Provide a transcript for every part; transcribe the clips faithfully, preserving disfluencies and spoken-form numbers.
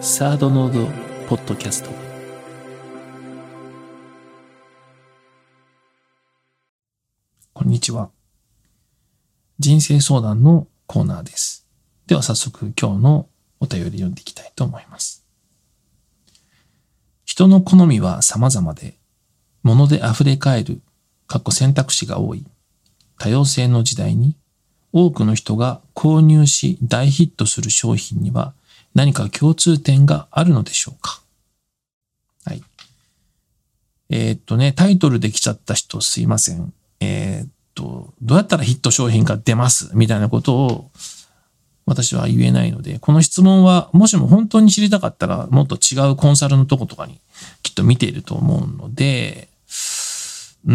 サードノードポッドキャスト。こんにちは。人生相談のコーナーです。では早速今日のお便り読んでいきたいと思います。人の好みは様々で、物で溢れかえる、かっこ選択肢が多い、多様性の時代に、多くの人が購入し大ヒットする商品には何か共通点があるのでしょうか。はい。えー、っとね、タイトルで来ちゃった人すいません。えー、っと、どうやったらヒット商品が出ますみたいなことを私は言えないので、この質問はもしも本当に知りたかったらもっと違うコンサルのとことかにきっと見ていると思うので、うん。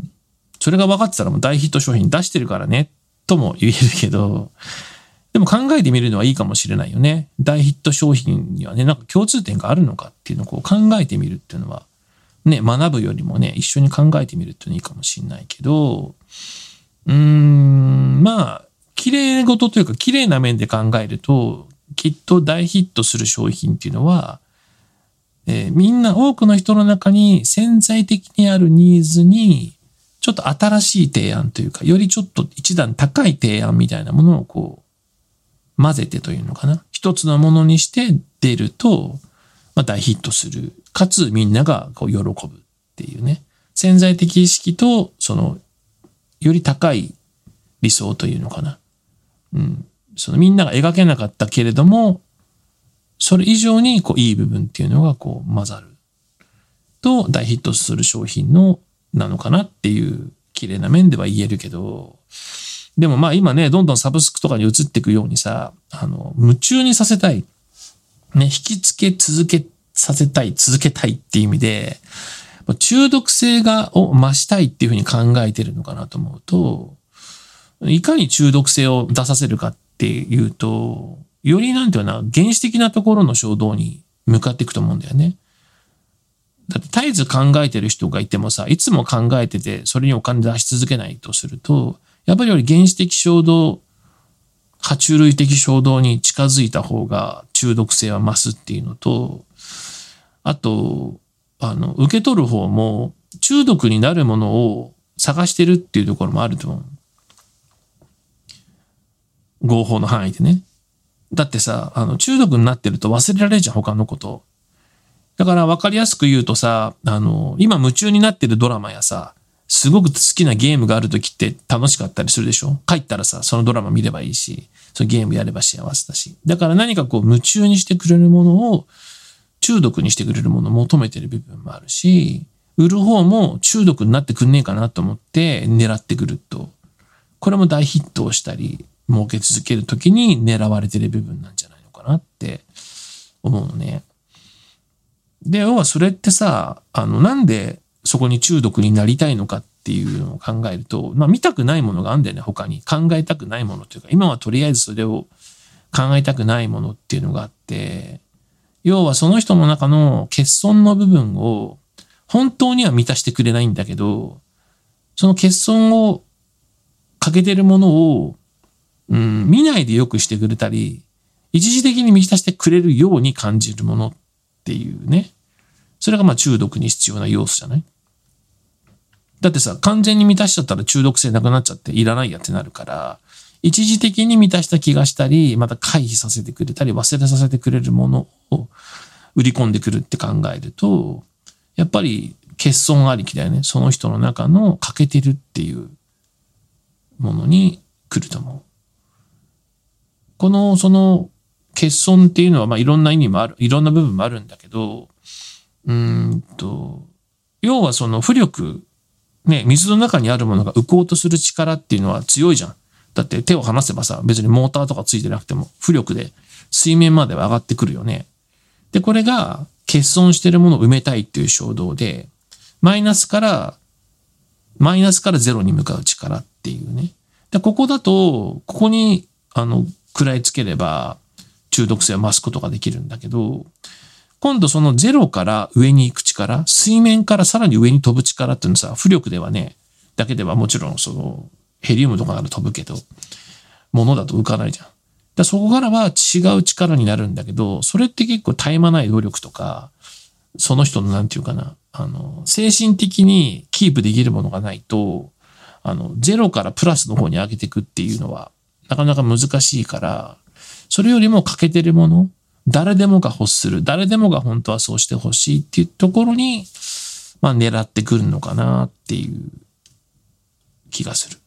それが分かってたらもう大ヒット商品出してるからね、とも言えるけど、でも考えてみるのはいいかもしれないよね。大ヒット商品にはね、なんか共通点があるのかっていうのをこう考えてみるっていうのは、ね、学ぶよりもね、一緒に考えてみるっていうのはいいかもしれないけど、うーん、まあ、綺麗事というか綺麗な面で考えると、きっと大ヒットする商品っていうのは、えー、みんな多くの人の中に潜在的にあるニーズに、ちょっと新しい提案というか、よりちょっと一段高い提案みたいなものをこう、混ぜてというのかな。一つのものにして出ると、まあ、大ヒットする。かつみんながこう喜ぶっていうね。潜在的意識と、その、より高い理想というのかな。うん。そのみんなが描けなかったけれども、それ以上にこういい部分っていうのがこう混ざる。と、大ヒットする商品の、なのかなっていう綺麗な面では言えるけど、でもまあ今ね、どんどんサブスクとかに移っていくようにさ、あの、夢中にさせたい。ね、引きつけ続けさせたい、続けたいっていう意味で、中毒性が、を増したいっていうふうに考えてるのかなと思うと、いかに中毒性を出させるかっていうと、よりなんていうのかな、原始的なところの衝動に向かっていくと思うんだよね。だって絶えず考えてる人がいてもさ、いつも考えてて、それにお金出し続けないとすると、やっぱりより原始的衝動、爬虫類的衝動に近づいた方が中毒性は増すっていうのと、あと、あの、受け取る方も中毒になるものを探してるっていうところもあると思う。合法の範囲でね。だってさ、あの、中毒になってると忘れられるじゃん、他のこと。だから分かりやすく言うとさ、あの、今夢中になってるドラマやさ、すごく好きなゲームがあるときって楽しかったりするでしょ？帰ったらさ、そのドラマ見ればいいし、そのゲームやれば幸せだし。だから何かこう夢中にしてくれるものを中毒にしてくれるものを求めてる部分もあるし、売る方も中毒になってくんねえかなと思って狙ってくると、これも大ヒットをしたり、儲け続けるときに狙われてる部分なんじゃないのかなって思うのね。で、要はそれってさ、あの、なんでそこに中毒になりたいのかっていうのを考えると、まあ見たくないものがあるんだよね、他に。考えたくないものというか、今はとりあえずそれを考えたくないものっていうのがあって、要はその人の中の欠損の部分を本当には満たしてくれないんだけど、その欠損を欠けてるものを、うん、見ないで良くしてくれたり、一時的に満たしてくれるように感じるものっていうね。それがまあ中毒に必要な要素じゃない？だってさ、完全に満たしちゃったら中毒性なくなっちゃっていらないやってなるから、一時的に満たした気がしたり、また回避させてくれたり、忘れさせてくれるものを売り込んでくるって考えると、やっぱり欠損ありきだよね。その人の中の欠けてるっていうものに来ると思う。この、その欠損っていうのはまあいろんな意味もある、いろんな部分もあるんだけど、うーんと、要はその浮力、ね、水の中にあるものが浮こうとする力っていうのは強いじゃん。だって手を離せばさ、別にモーターとかついてなくても浮力で水面までは上がってくるよね。で、これが欠損してるものを埋めたいっていう衝動で、マイナスから、マイナスからゼロに向かう力っていうね。で、ここだと、ここに、あの、食らいつければ中毒性を増すことができるんだけど、今度そのゼロから上に行く力、水面からさらに上に飛ぶ力っていうのさ、浮力ではね、だけではもちろんそのヘリウムとかなら飛ぶけど、物だと浮かないじゃん。 でそこからは違う力になるんだけど、それって結構絶え間ない努力とか、その人のなんていうかな、あの、精神的にキープできるものがないと、あの、ゼロからプラスの方に上げていくっていうのは、なかなか難しいから、それよりも欠けてるもの、誰でもが欲する、誰でもが本当はそうしてほしいっていうところに、まあ狙ってくるのかなっていう気がする。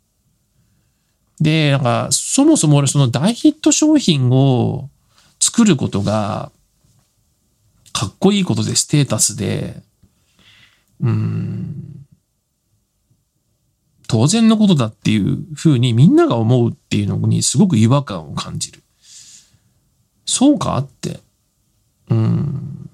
で、なんか、そもそも俺その大ヒット商品を作ることが、かっこいいことでステータスで、うーん、当然のことだっていうふうにみんなが思うっていうのにすごく違和感を感じる。そうかって。うーん。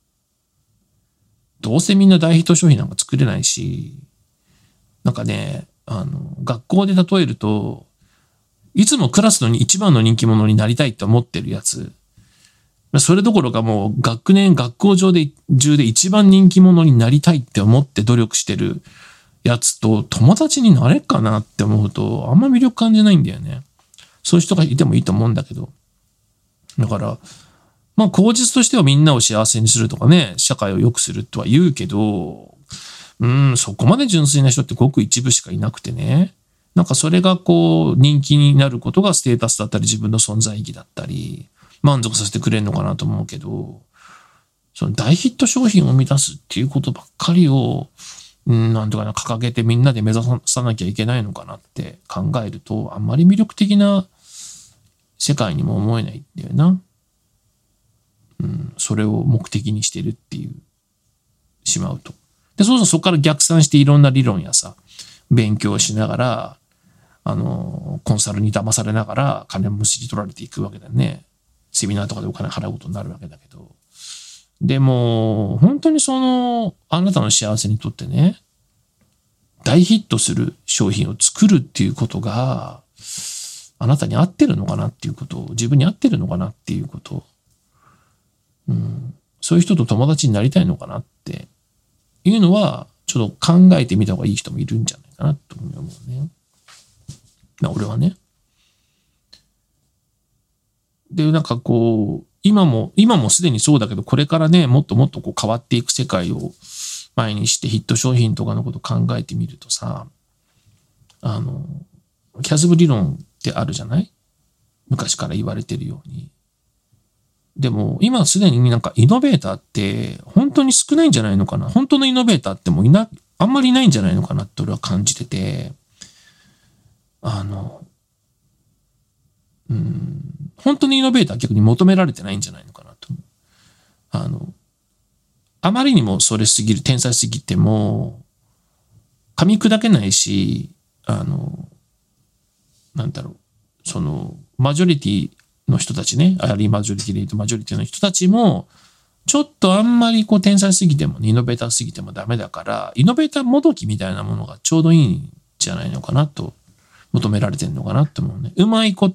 どうせみんな大ヒット商品なんか作れないし、なんかね、あの、学校で例えると、いつもクラスの一番の人気者になりたいって思ってるやつ。それどころかもう学年、学校上で、中で一番人気者になりたいって思って努力してるやつと友達になれっかなって思うと、あんま魅力感じないんだよね。そういう人がいてもいいと思うんだけど。だから、まあ口実としてはみんなを幸せにするとかね、社会を良くするとは言うけど、うん、そこまで純粋な人ってごく一部しかいなくてね。なんかそれがこう人気になることがステータスだったり自分の存在意義だったり満足させてくれるのかなと思うけど、その大ヒット商品を生み出すっていうことばっかりを、うん、なんとかな掲げてみんなで目指さなきゃいけないのかなって考えると、あんまり魅力的な世界にも思えないんだよな。うん、それを目的にしてるっていうしまうと。で、そうそう、そこから逆算していろんな理論やさ、勉強しながら、あの、コンサルに騙されながら金をむしり取られていくわけだよね。セミナーとかでお金払うことになるわけだけど。でも、本当にその、あなたの幸せにとってね、大ヒットする商品を作るっていうことが、あなたに合ってるのかなっていうことを、自分に合ってるのかなっていうことを、うん、そういう人と友達になりたいのかなっていうのは、ちょっと考えてみた方がいい人もいるんじゃないかなと思うね。まあ俺はね。で、なんかこう、今も、今もすでにそうだけど、これからね、もっともっとこう変わっていく世界を前にしてヒット商品とかのことを考えてみるとさ、あの、キャズム理論ってあるじゃない？昔から言われてるように。でも、今すでになんかイノベーターって本当に少ないんじゃないのかな。本当のイノベーターってもういな、あんまりいないんじゃないのかなって俺は感じてて、あの、うん、本当にイノベーターは逆に求められてないんじゃないのかなと。あの、あまりにもそれすぎる、天才すぎても、噛み砕けないし、あの、なんだろう、その、マジョリティの人たちね、アリーマジョリティで言うとマジョリティの人たちも、ちょっとあんまりこう天才すぎても、イノベーターすぎてもダメだから、イノベーターもどきみたいなものがちょうどいいんじゃないのかなと、求められてるのかなと思うね。うまいこと、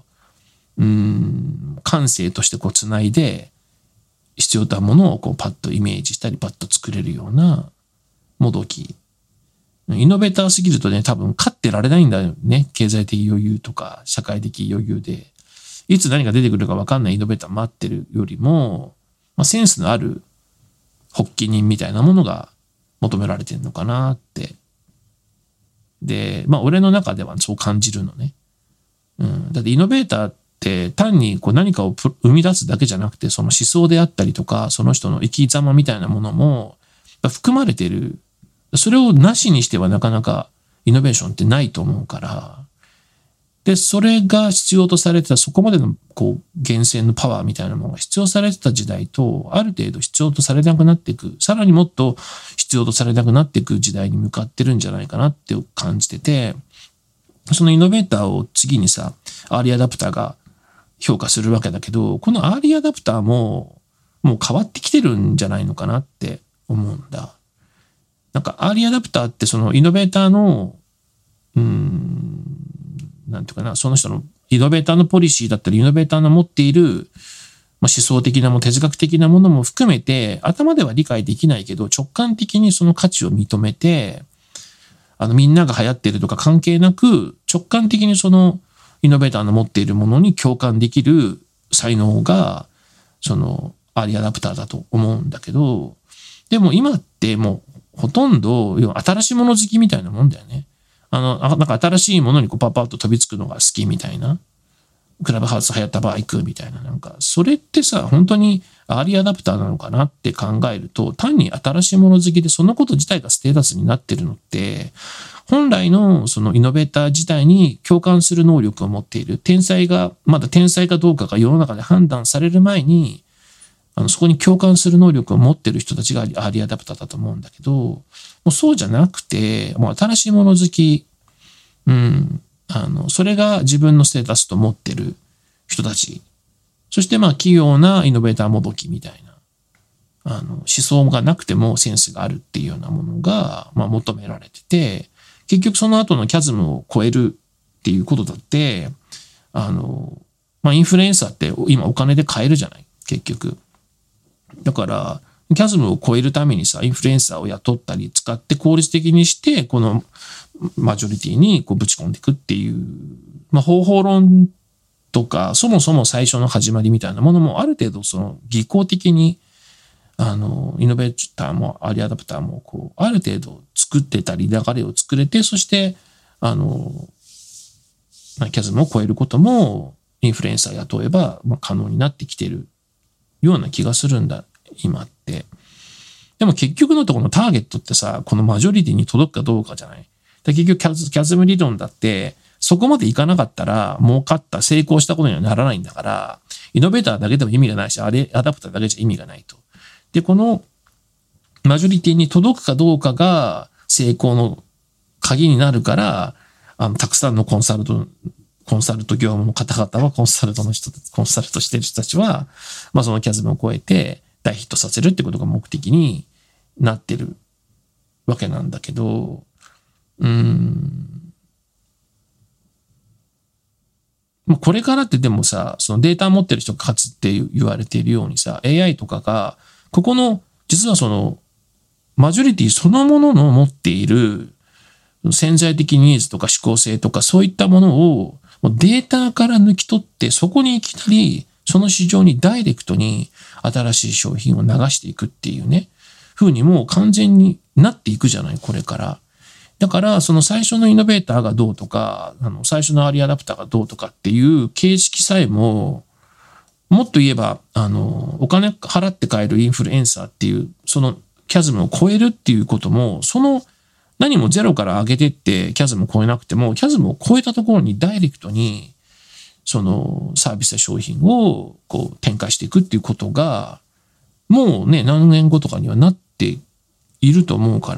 うーん、感性としてこう繋いで、必要なものをこうパッとイメージしたり、パッと作れるようなもどき。イノベーターすぎるとね、多分勝ってられないんだよね。経済的余裕とか、社会的余裕で。いつ何が出てくるか分かんないイノベーター待ってるよりも、まあ、センスのある発起人みたいなものが求められてるのかなって。で、まあ俺の中ではそう感じるのね。うん、だってイノベーターって単にこう何かを生み出すだけじゃなくて、その思想であったりとか、その人の生き様みたいなものも含まれている。それをなしにしてはなかなかイノベーションってないと思うから。で、それが必要とされてた、そこまでのこう源泉のパワーみたいなものが必要とされてた時代と、ある程度必要とされなくなっていく、さらにもっと必要とされなくなっていく時代に向かってるんじゃないかなって感じてて、そのイノベーターを次にさ、アーリーアダプターが評価するわけだけど、このアーリーアダプターももう変わってきてるんじゃないのかなって思うんだ。なんかアーリーアダプターってそのイノベーターの、うーん、なんていうかな、その人のイノベーターのポリシーだったり、イノベーターの持っている、まあ、思想的なも哲学的なものも含めて、頭では理解できないけど、直感的にその価値を認めて、あのみんなが流行ってるとか関係なく、直感的にそのイノベーターの持っているものに共感できる才能が、その、アーリーアダプターだと思うんだけど、でも今ってもうほとんど、要は新しいもの好きみたいなもんだよね。あの、なんか新しいものにこうパッパッと飛びつくのが好きみたいな。クラブハウス流行った場合行くみたいな。なんか、それってさ、本当にアーリーアダプターなのかなって考えると、単に新しいもの好きでそのこと自体がステータスになってるのって、本来のそのイノベーター自体に共感する能力を持っている。天才が、まだ天才かどうかが世の中で判断される前に、あのそこに共感する能力を持っている人たちがアーリーアダプターだと思うんだけど、もうそうじゃなくて、もう新しいもの好き、うん、あの、それが自分のステータスと思ってる人たち。そしてまあ器用なイノベーターもどきみたいな、あの、思想がなくてもセンスがあるっていうようなものが、まあ求められてて、結局その後のキャズムを超えるっていうことだって、あの、まあインフルエンサーって今お金で買えるじゃない、結局。だから、キャズムを超えるためにさ、インフルエンサーを雇ったり使って効率的にして、このマジョリティにこうぶち込んでいくっていう、まあ、方法論とか、そもそも最初の始まりみたいなものもある程度その技巧的に、あの、イノベーターもアーリーアダプターもこう、ある程度作ってたり、流れを作れて、そして、あの、キャズムを超えることも、インフルエンサー雇えば、まあ、可能になってきてるような気がするんだ、今って。でも結局のところのターゲットってさ、このマジョリティに届くかどうかじゃない。で結局キャズ、キャズム理論だって、そこまでいかなかったら、儲かった、成功したことにはならないんだから、イノベーターだけでも意味がないし、あれ、アダプターだけじゃ意味がないと。で、このマジョリティに届くかどうかが成功の鍵になるから、あの、たくさんのコンサルト、コンサルト業務の方々は、コンサルトの人、コンサルトしてる人たちは、まあそのキャズムを超えて大ヒットさせるってことが目的になってるわけなんだけど、うーん。これからってでもさ、そのデータ持ってる人が勝つって言われているようにさ、エーアイ とかが、ここの、実はその、マジョリティそのものの持っている潜在的ニーズとか思考性とかそういったものをデータから抜き取って、そこにいきなりその市場にダイレクトに新しい商品を流していくっていうね、風にもう完全になっていくじゃない、これから。だから、その最初のイノベーターがどうとか、あの、最初のアーリーアダプターがどうとかっていう形式さえも、もっと言えば、あの、お金払って買えるインフルエンサーっていう、そのキャズムを超えるっていうことも、その何もゼロから上げてってキャズムを超えなくても、キャズムを超えたところにダイレクトに、そのサービスや商品をこう展開していくっていうことが、もうね、何年後とかにはなっていると思うから、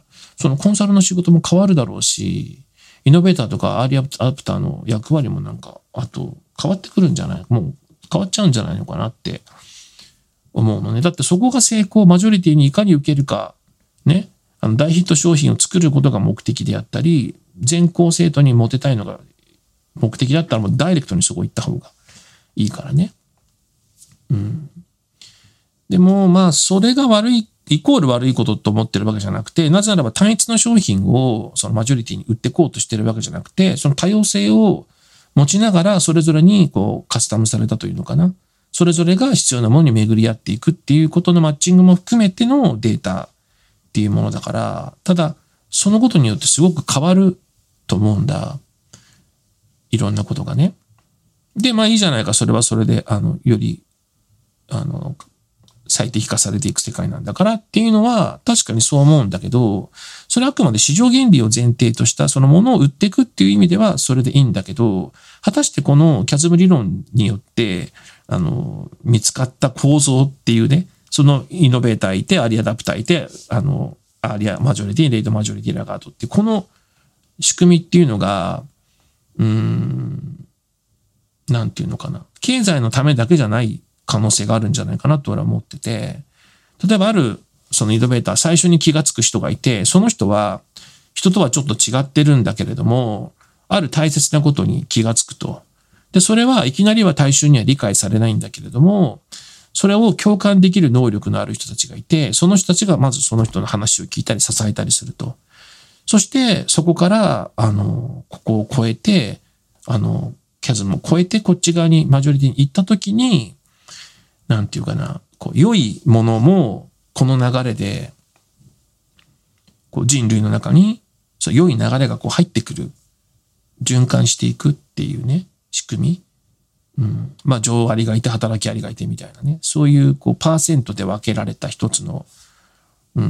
そのコンサルの仕事も変わるだろうし、イノベーターとかアーリーアダプターの役割もなんか、あと変わってくるんじゃない、もう変わっちゃうんじゃないのかなって思うのね。だってそこが成功、マジョリティにいかに受けるか、ね、あの大ヒット商品を作ることが目的であったり、全校生徒にモテたいのが目的だったらもうダイレクトにそこ行った方がいいからね。うん。でもまあそれが悪い、イコール悪いことと思ってるわけじゃなくて、なぜならば単一の商品をそのマジョリティに売ってこうとしてるわけじゃなくて、その多様性を持ちながらそれぞれにこうカスタムされたというのかな。それぞれが必要なものに巡り合っていくっていうことのマッチングも含めてのデータっていうものだから、ただそのことによってすごく変わると思うんだ。いろんなことがね。で、まあいいじゃないか。それはそれで、あの、より、あの、最適化されていく世界なんだからっていうのは確かにそう思うんだけど、それはあくまで市場原理を前提としたそのものを売っていくっていう意味ではそれでいいんだけど、果たしてこのキャズム理論によって、あの、見つかった構造っていうね、そのイノベーターいて、アーリーアダプターいて、あの、アーリーマジョリティ、レイトマジョリティラガードっていう、この仕組みっていうのが、うーん、なんていうのかな。経済のためだけじゃない可能性があるんじゃないかなと俺は思ってて、例えばあるそのイノベーター、最初に気がつく人がいて、その人は人とはちょっと違ってるんだけれども、ある大切なことに気がつくと。で、それはいきなりは大衆には理解されないんだけれども、それを共感できる能力のある人たちがいて、その人たちがまずその人の話を聞いたり支えたりすると。そしてそこから、あの、ここを超えて、あの、 キャズムを超えてこっち側にマジョリティに行った時に、なんていうかな、こう良いものもこの流れでこう人類の中にそう良い流れがこう入ってくる、循環していくっていうね、仕組み。うん、まあ情ありがいて働きありがいてみたいなね、そういうこうパーセントで分けられた一つの、うん、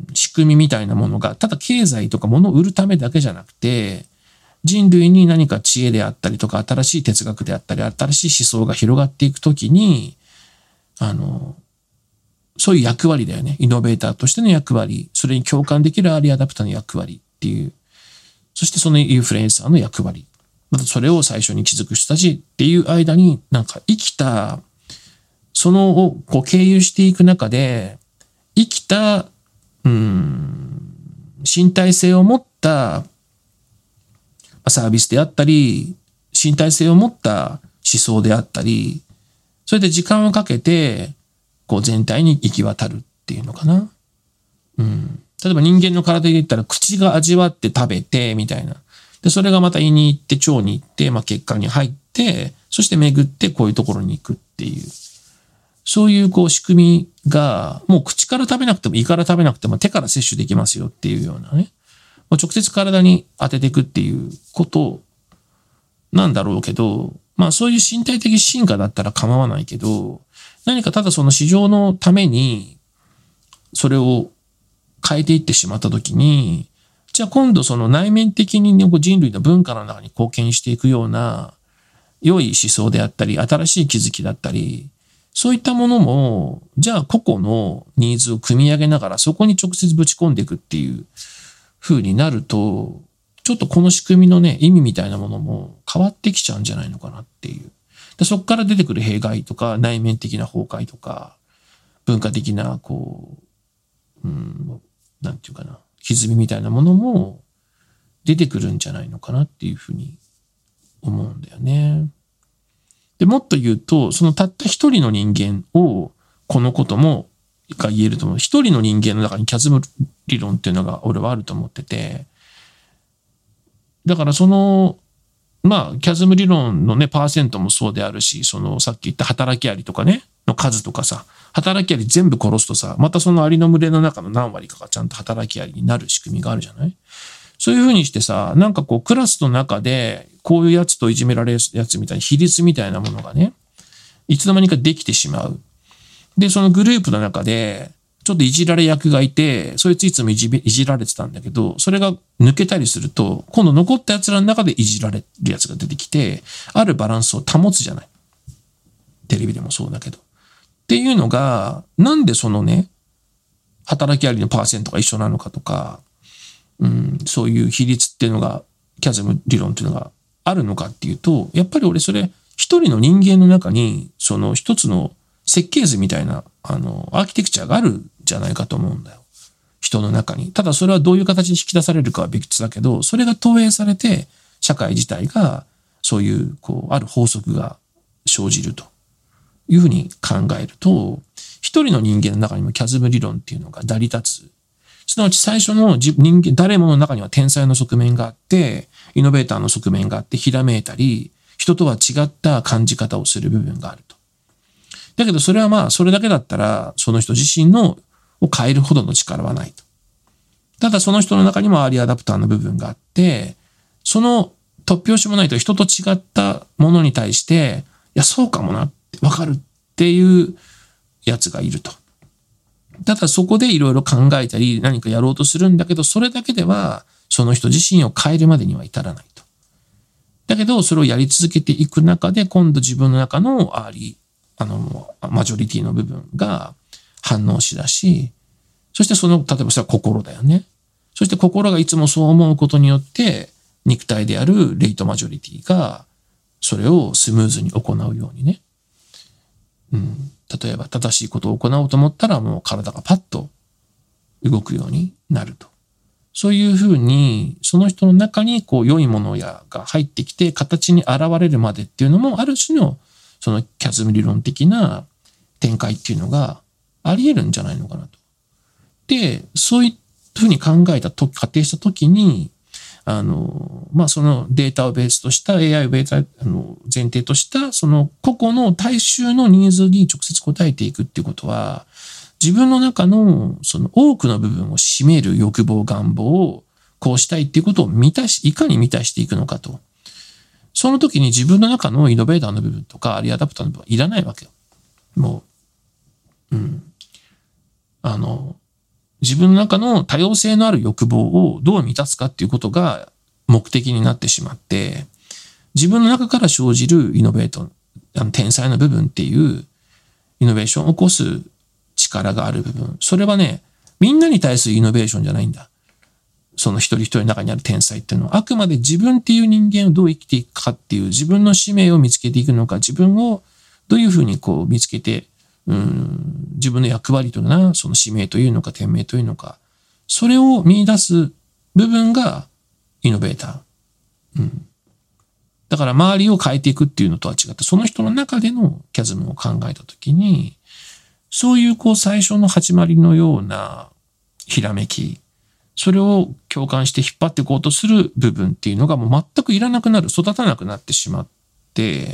仕組みみたいなものが、ただ経済とか物を売るためだけじゃなくて、人類に何か知恵であったりとか、新しい哲学であったり、新しい思想が広がっていくときに、あの、そういう役割だよね。イノベーターとしての役割、それに共感できるアーリーアダプターの役割っていう、そしてそのインフルエンサーの役割。またそれを最初に気づく人たちっていう間に、なんか生きた、そのをこう経由していく中で、生きた、うん、身体性を持ったサービスであったり、身体性を持った思想であったり、それで時間をかけて、こう全体に行き渡るっていうのかな。うん。例えば人間の体で言ったら口が味わって食べてみたいな。で、それがまた胃に行って腸に行って、まあ血管に入って、そして巡ってこういうところに行くっていう。そういうこう仕組みが、もう口から食べなくても胃から食べなくても手から摂取できますよっていうようなね。もう直接体に当てていくっていうことなんだろうけど、まあそういう身体的進化だったら構わないけど、何かただその市場のためにそれを変えていってしまったときに、じゃあ今度その内面的に人類の文化の中に貢献していくような良い思想であったり、新しい気づきだったり、そういったものも、じゃあ個々のニーズを組み上げながらそこに直接ぶち込んでいくっていう風になると、ちょっとこの仕組みのね、意味みたいなものも変わってきちゃうんじゃないのかなっていう。でそこから出てくる弊害とか、内面的な崩壊とか、文化的な、こう、うん、なんていうかな、歪みみたいなものも出てくるんじゃないのかなっていうふうに思うんだよね。で、もっと言うと、そのたった一人の人間を、このことも、が言えると思う。一人の人間の中にキャズム理論っていうのが俺はあると思ってて、だからその、まあ、キャズム理論のね、パーセントもそうであるし、その、さっき言った働きありとかね、の数とかさ、働きあり全部殺すとさ、またそのアリの群れの中の何割かがちゃんと働きありになる仕組みがあるじゃない？そういうふうにしてさ、なんかこう、クラスの中で、こういうやつといじめられるやつみたいな比率みたいなものがね、いつの間にかできてしまう。で、そのグループの中で、ちょっといじられ役がいて、そいついつもいじいじられてたんだけど、それが抜けたりすると、今度残った奴らの中でいじられるやつが出てきて、あるバランスを保つじゃない。テレビでもそうだけど。っていうのが、なんでそのね、働きありのパーセントが一緒なのかとか、うん、そういう比率っていうのが、キャズム理論っていうのがあるのかっていうと、やっぱり俺それ、一人の人間の中に、その一つの設計図みたいな、あの、アーキテクチャがあるんじゃないかと思うんだよ。人の中に。ただそれはどういう形で引き出されるかは別だけど、それが投影されて、社会自体が、そういう、こう、ある法則が生じるというふうに考えると、一人の人間の中にもキャズム理論っていうのが成り立つ。すなわち最初の人間、誰もの中には天才の側面があって、イノベーターの側面があって、ひらめいたり、人とは違った感じ方をする部分があると。だけどそれはまあ、それだけだったら、その人自身のを変えるほどの力はないと。ただその人の中にもアーリーアダプターの部分があって、その突拍子もないと人と違ったものに対して、いや、そうかもなってわかるっていうやつがいると。ただそこでいろいろ考えたり何かやろうとするんだけど、それだけではその人自身を変えるまでには至らないと。だけどそれをやり続けていく中で、今度自分の中のアーリー、あの、マジョリティの部分が反応しだし、そしてその、例えばそれは心だよね。そして心がいつもそう思うことによって、肉体であるレイトマジョリティが、それをスムーズに行うようにね。うん。例えば正しいことを行おうと思ったら、もう体がパッと動くようになると。そういうふうに、その人の中にこう良いものやが入ってきて、形に現れるまでっていうのも、ある種のそのキャズム理論的な展開っていうのがあり得るんじゃないのかなと。で、そういうふうに考えたと、仮定したときに、 あの、まあ、そのデータをベースとした エーアイ をベータ、あの、前提とした、その個々の大衆のニーズに直接答えていくっていうことは、自分の中のその多くの部分を占める欲望、願望をこうしたいっていうことを満たし、いかに満たしていくのかと。その時に自分の中のイノベーターの部分とか、アリアダプターの部分はいらないわけよ。もう、うん。あの、自分の中の多様性のある欲望をどう満たすかっていうことが目的になってしまって、自分の中から生じるイノベート、あの天才の部分っていうイノベーションを起こす力がある部分。それはね、みんなに対するイノベーションじゃないんだ。その一人一人の中にある天才っていうのは、あくまで自分っていう人間をどう生きていくかっていう自分の使命を見つけていくのか、自分をどういうふうにこう見つけて、うん、自分の役割というのは、その使命というのか、天命というのか、それを見出す部分がイノベーター。うん。だから周りを変えていくっていうのとは違って、その人の中でのキャズムを考えたときに、そういうこう最初の始まりのようなひらめき、それを共感して引っ張っていこうとする部分っていうのがもう全くいらなくなる、育たなくなってしまって、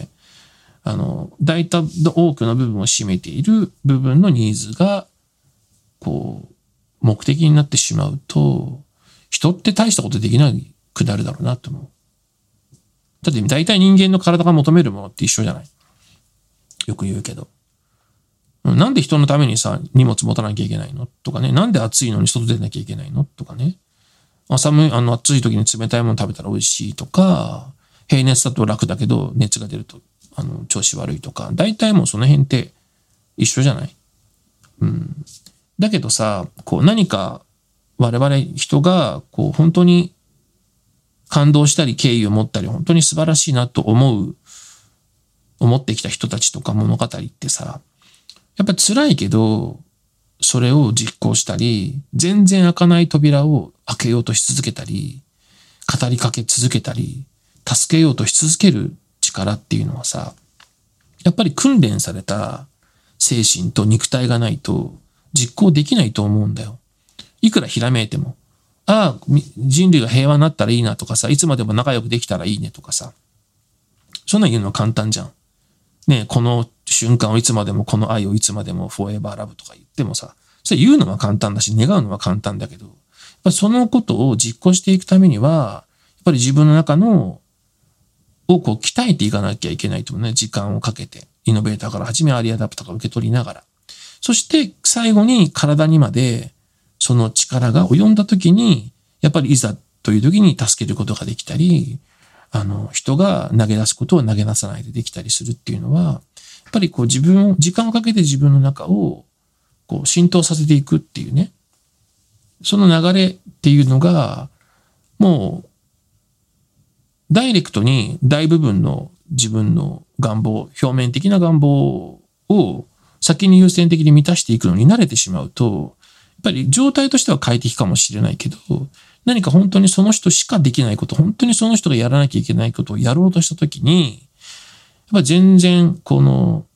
あの、大体多くの部分を占めている部分のニーズが、こう、目的になってしまうと、人って大したことできなくなるだろうなと思う。だって大体人間の体が求めるものって一緒じゃない？よく言うけど。なんで人のためにさ、荷物持たなきゃいけないのとかね。なんで暑いのに外出なきゃいけないのとかね。寒い、あの暑い時に冷たいもの食べたら美味しいとか、平熱だと楽だけど熱が出るとあの調子悪いとか、大体もうその辺って一緒じゃない？うん。だけどさ、こう何か我々人がこう本当に感動したり敬意を持ったり本当に素晴らしいなと思う、思ってきた人たちとか物語ってさ、やっぱ辛いけど、それを実行したり、全然開かない扉を開けようとし続けたり、語りかけ続けたり、助けようとし続ける力っていうのはさ、やっぱり訓練された精神と肉体がないと実行できないと思うんだよ。いくらひらめいても、ああ、人類が平和になったらいいなとかさ、いつまでも仲良くできたらいいねとかさ、そんな言うのは簡単じゃん。ね、この瞬間をいつまでも、この愛をいつまでも、フォーエバーラブとか言ってもさ、それ言うのは簡単だし、願うのは簡単だけど、やっぱそのことを実行していくためには、やっぱり自分の中の、をこう鍛えていかなきゃいけないと思うね。時間をかけて。イノベーターから始め、アーリーアダプターから受け取りながら。そして最後に体にまで、その力が及んだ時に、やっぱりいざという時に助けることができたり、あの、人が投げ出すことを投げ出さないでできたりするっていうのは、やっぱりこう自分を、時間をかけて自分の中をこう浸透させていくっていうね。その流れっていうのが、もう、ダイレクトに大部分の自分の願望、表面的な願望を先に優先的に満たしていくのに慣れてしまうと、やっぱり状態としては快適かもしれないけど、何か本当にその人しかできないこと、本当にその人がやらなきゃいけないことをやろうとしたときに、やっぱ全然この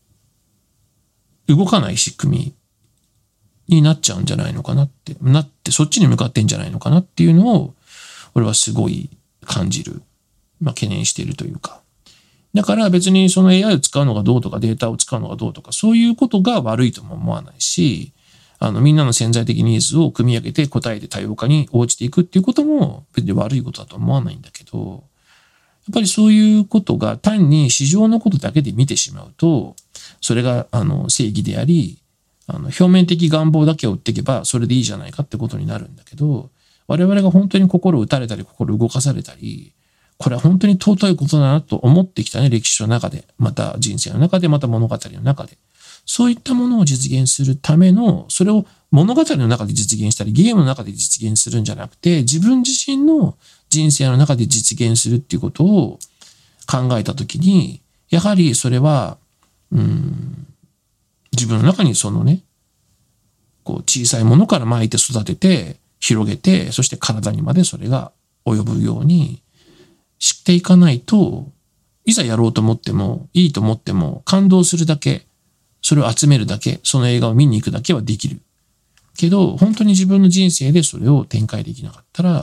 動かない仕組みになっちゃうんじゃないのかなって、なってそっちに向かってんじゃないのかなっていうのを、俺はすごい感じる。まあ懸念しているというか。だから別にその エーアイ を使うのがどうとかデータを使うのがどうとかそういうことが悪いとも思わないし、あのみんなの潜在的ニーズを組み上げて答えて多様化に応じていくっていうことも別に悪いことだと思わないんだけど、やっぱりそういうことが単に市場のことだけで見てしまうと、それがあの正義であり、あの表面的願望だけを追っていけばそれでいいじゃないかってことになるんだけど、我々が本当に心を打たれたり心動かされたり、これは本当に尊いことだなと思ってきたね、歴史の中で、また人生の中で、また物語の中で。そういったものを実現するための、それを物語の中で実現したり、ゲームの中で実現するんじゃなくて、自分自身の人生の中で実現するっていうことを考えたときに、やはりそれは、うーん、自分の中にそのね、こう小さいものから巻いて育てて、広げて、そして体にまでそれが及ぶようにしていかないと、いざやろうと思っても、いいと思っても、感動するだけ、それを集めるだけ、その映画を見に行くだけはできる。けど、本当に自分の人生でそれを展開できなかったら、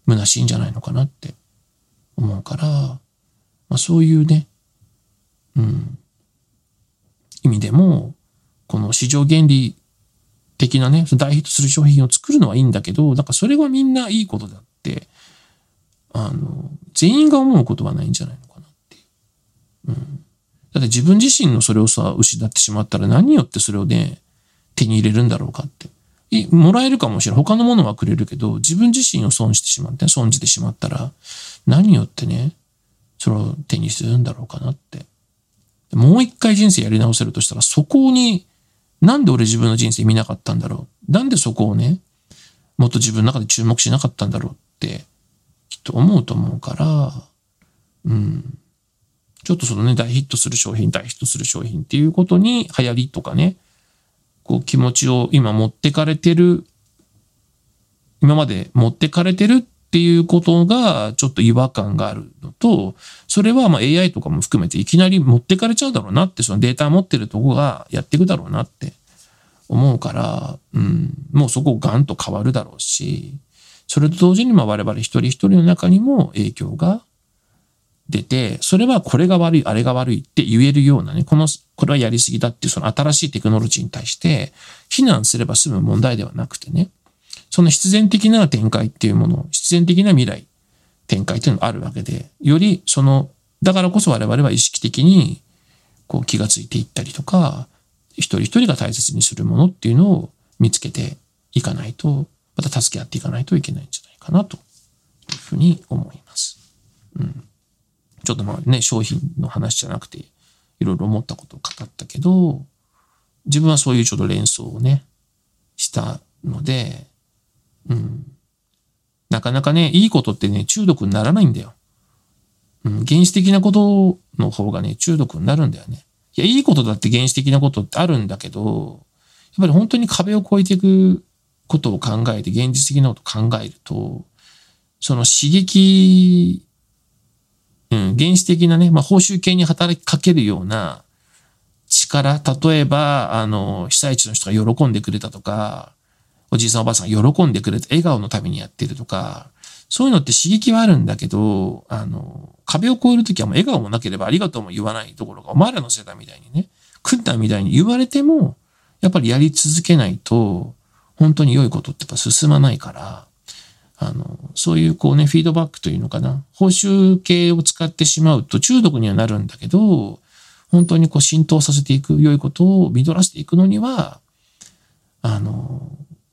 虚しいんじゃないのかなって思うから、まあ、そういうね、うん、意味でも、この市場原理的なね、大ヒットする商品を作るのはいいんだけど、なんかそれはみんないいことだって、あの、全員が思うことはないんじゃないのかなっていう。うん。だって自分自身のそれをさ、失ってしまったら何によってそれをね、手に入れるんだろうかって。もらえるかもしれない。他のものはくれるけど、自分自身を損してしまって、損じてしまったら、何によってね、それを手にするんだろうかなって。もう一回人生やり直せるとしたら、そこに、なんで俺自分の人生見なかったんだろう。なんでそこをね、もっと自分の中で注目しなかったんだろうって、きっと思うと思うから、うん。ちょっとそのね、大ヒットする商品、大ヒットする商品っていうことに流行りとかね、こう気持ちを今持ってかれてる、今まで持ってかれてるっていうことがちょっと違和感があるのと、それはまあ エーアイ とかも含めていきなり持ってかれちゃうだろうなって、そのデータ持ってるとこがやっていくだろうなって思うから、うん、もうそこガンと変わるだろうし、それと同時にまあ我々一人一人の中にも影響が出て、それはこれが悪い、あれが悪いって言えるようなね、この、これはやりすぎだっていうその新しいテクノロジーに対して非難すれば済む問題ではなくてね、その必然的な展開っていうもの、必然的な未来、展開っていうのがあるわけで、よりその、だからこそ我々は意識的にこう気がついていったりとか、一人一人が大切にするものっていうのを見つけていかないと、また助け合っていかないといけないんじゃないかなというふうに思います。うん。ちょっとまあね、商品の話じゃなくて、いろいろ思ったことを語ったけど、自分はそういうちょっと連想をね、したので、うん。なかなかね、いいことってね、中毒にならないんだよ。うん。原始的なことの方がね、中毒になるんだよね。いや、いいことだって原始的なことってあるんだけど、やっぱり本当に壁を越えていくことを考えて、現実的なことを考えると、その刺激、うん、原始的なね、まあ、報酬系に働きかけるような力、例えば、あの、被災地の人が喜んでくれたとか、おじいさんおばあさんが喜んでくれた、笑顔のためにやってるとか、そういうのって刺激はあるんだけど、あの、壁を越えるときはもう笑顔もなければありがとうも言わないところが、お前らのせいだみたいにね、食ったみたいに言われても、やっぱりやり続けないと、本当に良いことってやっぱ進まないから、あの、そういうこうね、フィードバックというのかな、報酬系を使ってしまうと中毒にはなるんだけど、本当にこう浸透させていく良いことを実らせていくのには、あの、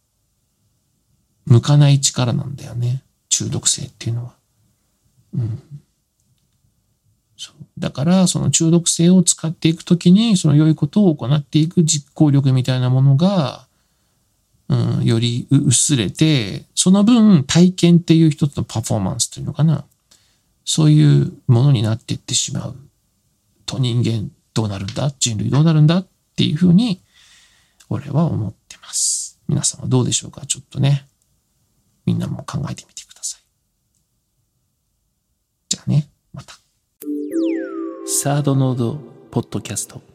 向かない力なんだよね。中毒性っていうのは。うん。そう。だから、その中毒性を使っていくときに、その良いことを行っていく実行力みたいなものが、うん、より薄れて、その分体験っていう一つのパフォーマンスというのかな。そういうものになっていってしまうと、人間どうなるんだ？人類どうなるんだ？っていうふうに、俺は思ってます。皆さんはどうでしょうか？ちょっとね、みんなも考えてみてください。じゃあね、また。サードノードポッドキャスト。